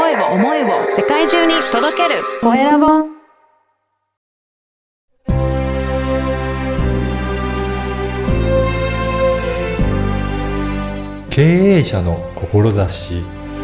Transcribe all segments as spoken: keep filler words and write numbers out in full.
声を思いを世界中に届けるコエラボ。 経営者の志。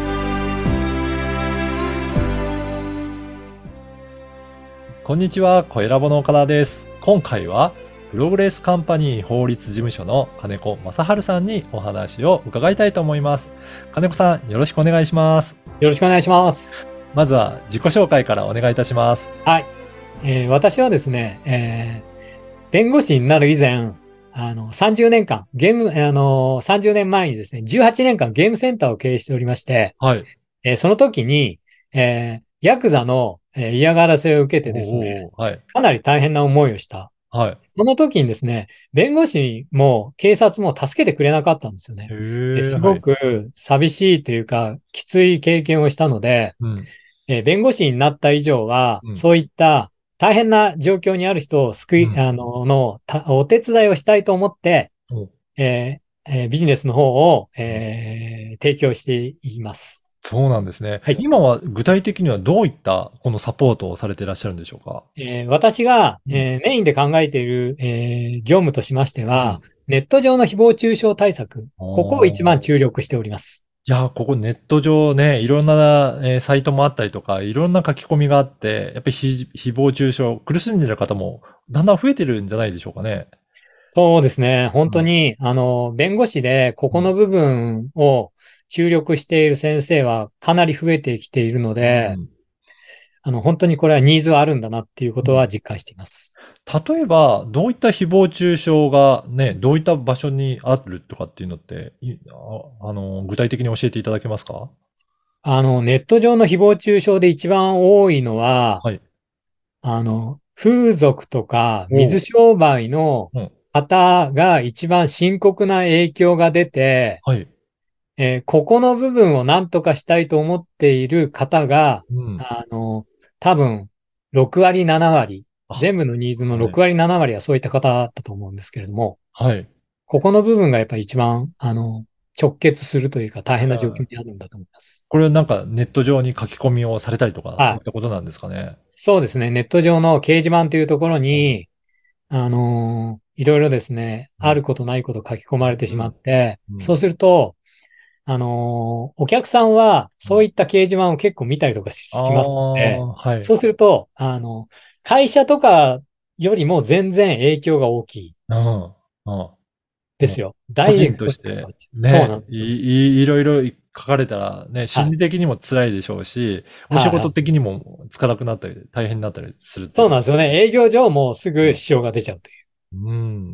こんにちは、コエラボの岡田です。今回はプログレスカンパニー法律事務所の金子正治さんにお話を伺いたいと思います。金子さん、よろしくお願いします。 よろしくお願いします。 まずは自己紹介からお願いいたします。 はい。えー、私はですね、えー、弁護士になる以前、あの、さんじゅうねんかん、ゲーム、あの、さんじゅうねんまえにですね、じゅうはちねんかんゲームセンターを経営しておりまして、 はい。 えーその時に、えーヤクザの、えー嫌がらせを受けてですね、 おー、はい。 かなり大変な思いをした。 はい。 その時にですね、弁護士も警察も助けてくれなかったんですよね。 へですー、はい。 ごく寂しいというか、きつい経験をしたので、 うん。 えー弁護士になった以上は、 うん。 そういった大変な状況にある人を救い、 うん。 あの、の、たお手伝いをしたいと思って、 おえーえービジネスの方を、えー提供しています。 そうなんですね。 はい。 今は具体的にはどういったこのサポートをされていらっしゃるんでしょうか？ えー私が、 うん。 えーメインで考えている、えー業務としましては、 うん。 ネット上の誹謗中傷対策、 あここを一番あ。 注力しております。 いや、ここネット上ね、いろんな、えーサイトもあったりとか、いろんな書き込みがあって、やっぱりひ誹謗中傷、苦しんでる方もだんだん増えてるんじゃないでしょうかね。 そうですね。本うん。 当に、あの、弁護士でこうん。 この部分を注力している先生はかなり増えてきているので、 うん。 あの、本当にこれはニーズはあるんだなっていうこうん。 とは実感しています。 例えば、どういった誹謗中傷がね、どういった場所にあるとかっていうのって、いあ、あの、具体的に教えていただけますか？ あの、ネット上の誹謗中傷で一番多いのは、 はい。 あの、風俗とかおう。 水商売のうん。 方が一番深刻な影響が出て、 はい。 えーここの部分を何とかしたいと思っている方が、 うん。 あの、多分、ろく割、なな割、 あ、 全部のニーズのはい。 ろく割、なな割はそういった方だったと思うんですけれども、 はい。 ここの部分がやっぱり一番、あの、直結するというか大変な状況にあるんだと思います。 これはなんかネット上に書き込みをされたりとか、そういはい。 ったことなんですかね？ そうですね。ネット上の掲示板というところうん。 に、あのいろいろですね、 うん。 あることないこと書き込まれてしまっうん。 て、 うん。 そうすると、あのーお客さんはうん。 そういった掲示板を結構見たりとかしあしますので、 あ、はい。 そうすると、あの、会社とかよりも全然影響が大きいうん。うん。もう、 ですよ。ダ個人イレクトにとして、 関わっちゃう。そうなね、いんですよ。 いいろいろ書かれたらね、 はい。 心理的にも辛いでしょうし、お仕はいはい。 事的にもつかなくなったり、大変になったりするっていうそうなんですよね。 ことですね。 営業上もすぐうん。 支障が出ちゃうという。 うん。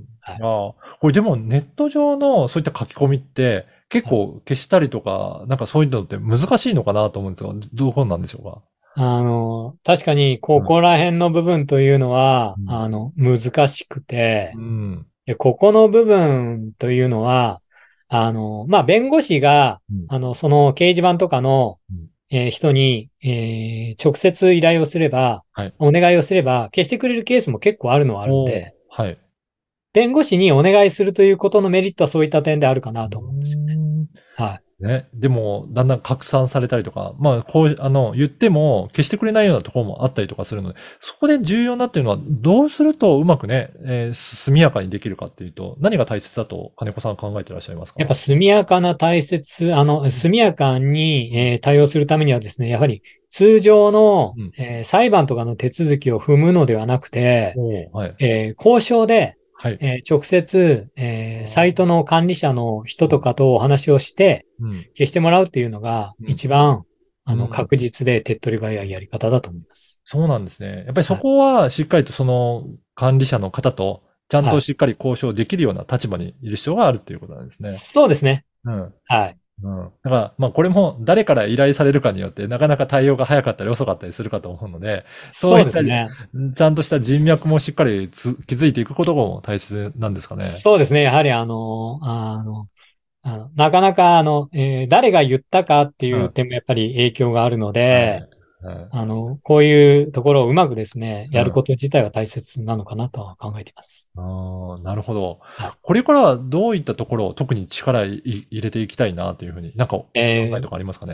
はい。 いやー、これでもネット上のそういった書き込みって、結はい。 構消したりとか、なんかそういうのって難しいのかなと思うんですが、どうなんでしょうか？ あの、確かに、こうん。 こら辺の部分というのは、 うん。 あの、難しくて、 うん。 で、ここの部分というのは、あの、まあ、弁護士が、 うん。 あの、その掲示板とかの、 うん。 えー人に、えー直接依頼をすれば、 はい。 お願いをすれば、消してくれるケースも結構あるのはあるんおー、 で、 はい。 弁護士にお願いするということのメリットはそういった点であるかうなと思うんですーん。 よね。はい。 ね、でも、だんだん拡散されたりとか、まあ、こう、あの、言っても消してくれないようなところもあったりとかするので、そこで重要になっているのは、どうするとうまくね、えー速やかにできるかっていうと、何が大切だと金子さん考えていらっしゃいますか？ やっぱ速やかな大切、あの、 うん。 速やかに、 うん。 えー対応するためにはですね、やはり通常の、 うん。 えー裁判とかの手続きを踏むのではなくて、 おー、はい。 えー交渉で、 はい。 えー直接、えーサイトああ。 の管理者の人うん。 とかとお話をして、 うん。 消してもらうっていうのがうん。 一番、あの、 うん。 確実で手っ取り早いやり方だと思います。 そうなんですね。やっぱりそはい。 こはしっかりとその管理者の方と、ちゃんはい。 としっかり交渉できるような立場にいる必要があるっていうことなんですね。 そうですね。 うん。 はい。 うん。だから、まあこれも誰から依頼されるかによってなかなか対応が早かったり遅かったりするかと思うので、そうそういったですね。 ちゃんとした人脈もしっかりつ築いていくことも大切なんですかね？ そうですね。やはりあの、あの、あのなかなかあの、えー誰が言ったかってうん。 いう点もやっぱり影響があるので、 はい。はい。 あの、こういうところをうまくですね、やるうん。 こと自体は大切なのかなとは考えています。 ああ、なるほど。 はい。 これからはどういったところを特に力い入れていきたいなというふうに、なんか考ええーとかありますかね？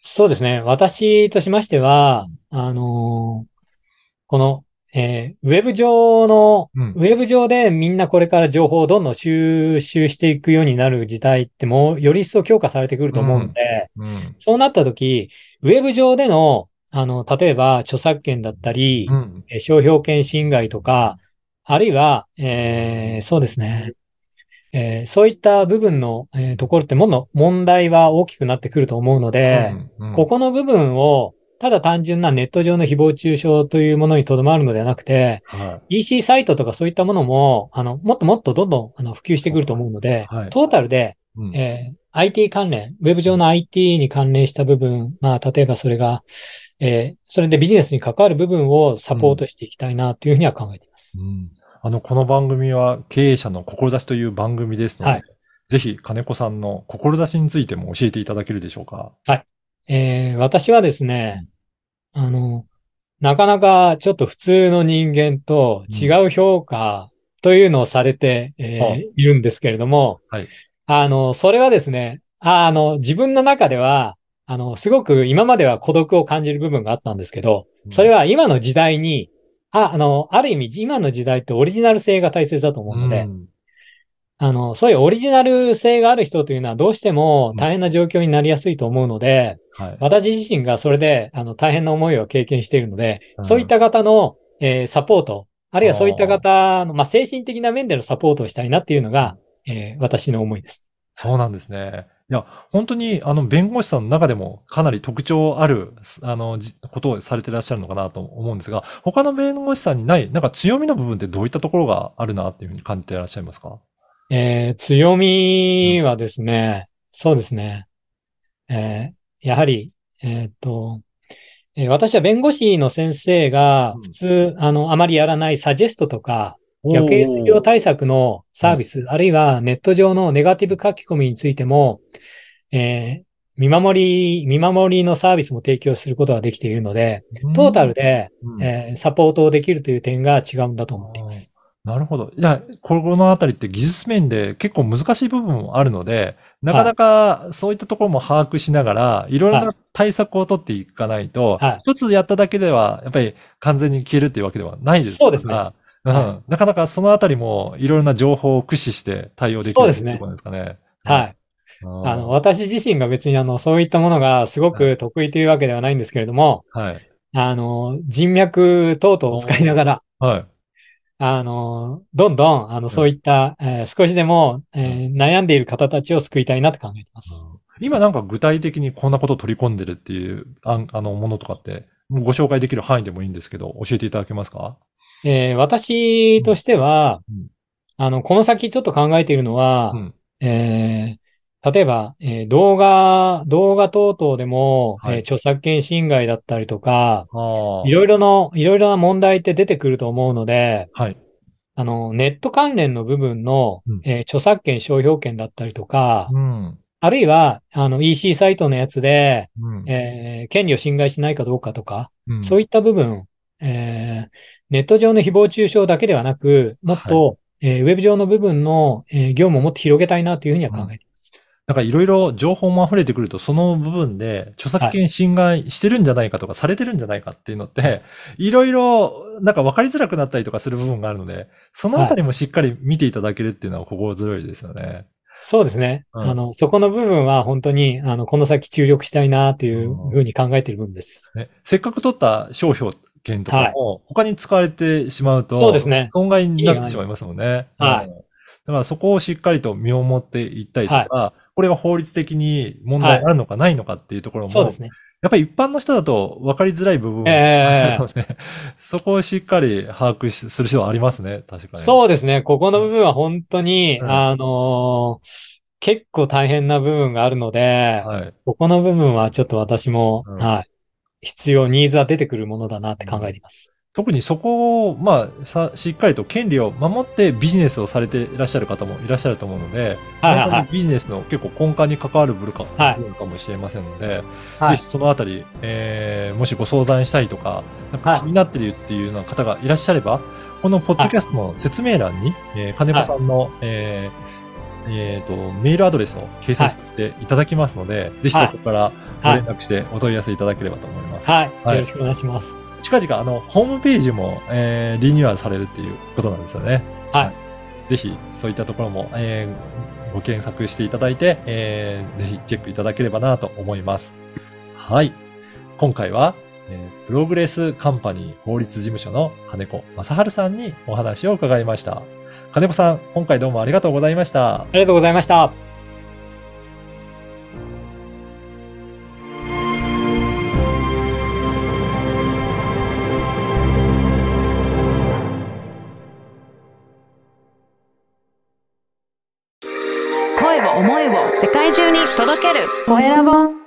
そうですね。私としましては、あのーこの、えーウェブ上の、 うん。 ウェブ上でみんなこれから情報をどんどん収集していくようになる時代ってもうより一層強化されてくると思うのうん。 で、 うん。 そうなったとき、ウェブ上での、あの、例えば著作権だったり、 うん。 えー商標権侵害とか、あるいは、えーそうですね。えーそういった部分の、えーところってもの問題は大きくなってくると思うので、 うん。うん。 ここの部分をただ単純なネット上の誹謗中傷というものにとどまるのではなくて、 はい。 イーシー サイトとかそういったものも、あの、もっともっとどんどんあの普及してくると思うので、 はい。 トータルで、 うん。 えー アイティー 関連、ウェブ上の アイティー に関連した部分、まあ、例えばそれが、えーそれでビジネスに関わる部分をサポーうん。 トしていきたいなというふうには考えています。 うん。あの、この番組は経営者の志という番組ですので、 はい。 ぜひ金子さんの志についても教えていただけるでしょうか。 はい。えー私はですね、 うん。 あの、なかなかちょっと普通の人間と違うん。 う評価というのをされて、 はえーいるんですけれども、 あ、はい。 あの、それはですね、ああの、自分の中では、あの、すごく今までは孤独を感じる部分があったんですけど、 うん。 それは今の時代に、あ、あの、ある意味今の時代ってオリジナル性が大切だと思ううので、 ん。 あの、そういうオリジナル性がある人というのはどうしてもうん。 大変な状況になりやすいと思うので、 はい。 私自身がそれであの大変な思いを経験しているので、 うん。 そういった方の、えーサポート、あるあいはそういったあ。 方の、まあ、精神的な面でのサポートをしたいなっていうのが、えー私の思いです。 そうなんですね。いや、本当に、あの、弁護士さんの中でもかなり特徴ある、すあの、じことをされてらっしゃるのかなと思うんですが、他の弁護士さんにない、なんか強みの部分ってどういったところがあるなっていうふうに感じていらっしゃいますか？ えー強うん。 みはですね、そうですね、えーやはり、えーっと、えー私は弁護士の先生が普うん。 通、あの、あまりやらないサジェストとか、逆 エスイーオーおお。 対策のサはい。 ービス、あるいはネット上のネガティブ書き込みについても、えー見守り、見守りのサービスも提供することができているので、トータうーん。 ルで、 うん。 えーサポートをできるという点が違うんだと思っていまああ、 す。 なるほど。いや、このあたりって技術面で結構難しい部分もあるので、なかなはい。 かそういったところも把握しながら、いろいろはい。 な対策を取っていかないと、 はい。 一つやっただけでは、やっぱり完全に消えるっていうわけではないですそうですね。 から、 はい。 うん、なかなかそのあたりもいろいろな情報を駆使して対応できそうですね。 るっていうところなんですかね。はい。 はい。あの、 あ私自身が別にあの、そういったものがすごあ、はい。 く得意というわけではないんですけれども、 はい。 あの、人脈等々を使いなおー。 がら、 はい。 あの、どんどん、あの、 うん。 そういった、えー少しでも、 うん。 えー悩んでいる方たちを救いたいなと考えています。 うん。今なんか具体的にこんなことを取り込んでるっていう、あんあの、ものとかって、ご紹介できる範囲でもいいんですけど、教えていただけますか？ えー私うん。 としては、 うん。 あの、この先ちょっと考えているのは、 うん。 えー例えば、えー動画、動画等々でも、えーはい。 著作権侵害だったりとか、 あいあ、 ろいろの、いろいろな問題って出てくると思うので、 はい。 あの、ネット関連の部分の、 うん。 えー著作権、商標権だったりとか、 うん。 あるいは、あの、イーシー サイトのやつで、 うん。 えー権利を侵害しないかどうかとか、 うん。 そういった部分、えーネット上の誹謗中傷だけではなく、もっはい。 と、えーウェブ上の部分の、えー業務をもっと広げたいなというふうにはうん。 考えています。 なんかいろいろ情報も溢れてくると、その部分で著作はい。 権侵害してるんじゃないかとか、されてるんじゃないかっていうのって、いろいろなんか分かりづらくなったりとかする部分があるので、そのあはい。 たりもしっかり見ていただけるっていうのは心強いですよね。 そうですね。 うん。 あの、そこの部分は本当に、あの、この先注力したいなというふうに考えている部分です。 ね、せっかく取った商標権とかはい。 も、他に使われてしまうと、 そうですね。 損害に意味がない。 なってしまいますもんね。うん。 はい。 だからそこをしっかりと身をもっていったりとはい。 か、これが法律的に問はい。 題あるのかないのかっていうところも、 そうですね。 やっぱり一般の人だと分かりづらい部分もあるええので、そこをしっかり把握しする必要はありますね。確かに。 そうですね。ここの部分は本当に、 うん。 あのー結構大変な部分があるので、 はい。 ここの部分はちょっと私も、 うん。 はい、必要、ニーズは出てくるものだなって考うん。 えています。 特にそこを、まあ、さしっかりと権利を守ってビジネスをされていらっしゃる方もいらっしゃると思うので、 はいはいはい。 本当にビジネスの結構根幹に関わる部分かはい。 部分かもしれませんので、 はい。 ぜひそのあたり、えーもしご相談したいとか、なんかはい。 気になっているっていうような方がいらっしゃれば、このポッはい。 ドキャストの説明欄に、えー金子はい。 さんの、えーえっと、メールアドレスを掲載させていただきますので、ぜひそこからご連絡してお問い合わせいただければと思います。 はい。 はいよろしくお願いします。 近々、あの、ホームページも、えーリニューアルされるっていうことなんですよね。 はいぜひ、そういったところも、えーご検索していただいて、えーぜひチェックいただければなと思います。はい。今回は、えープログレスカンパニー法律事務所の金子正治さんにお話を伺いました。金子さん、今回どうもありがとうございました。 ありがとうございました。 声を思いを世界中に届けるコエラボ。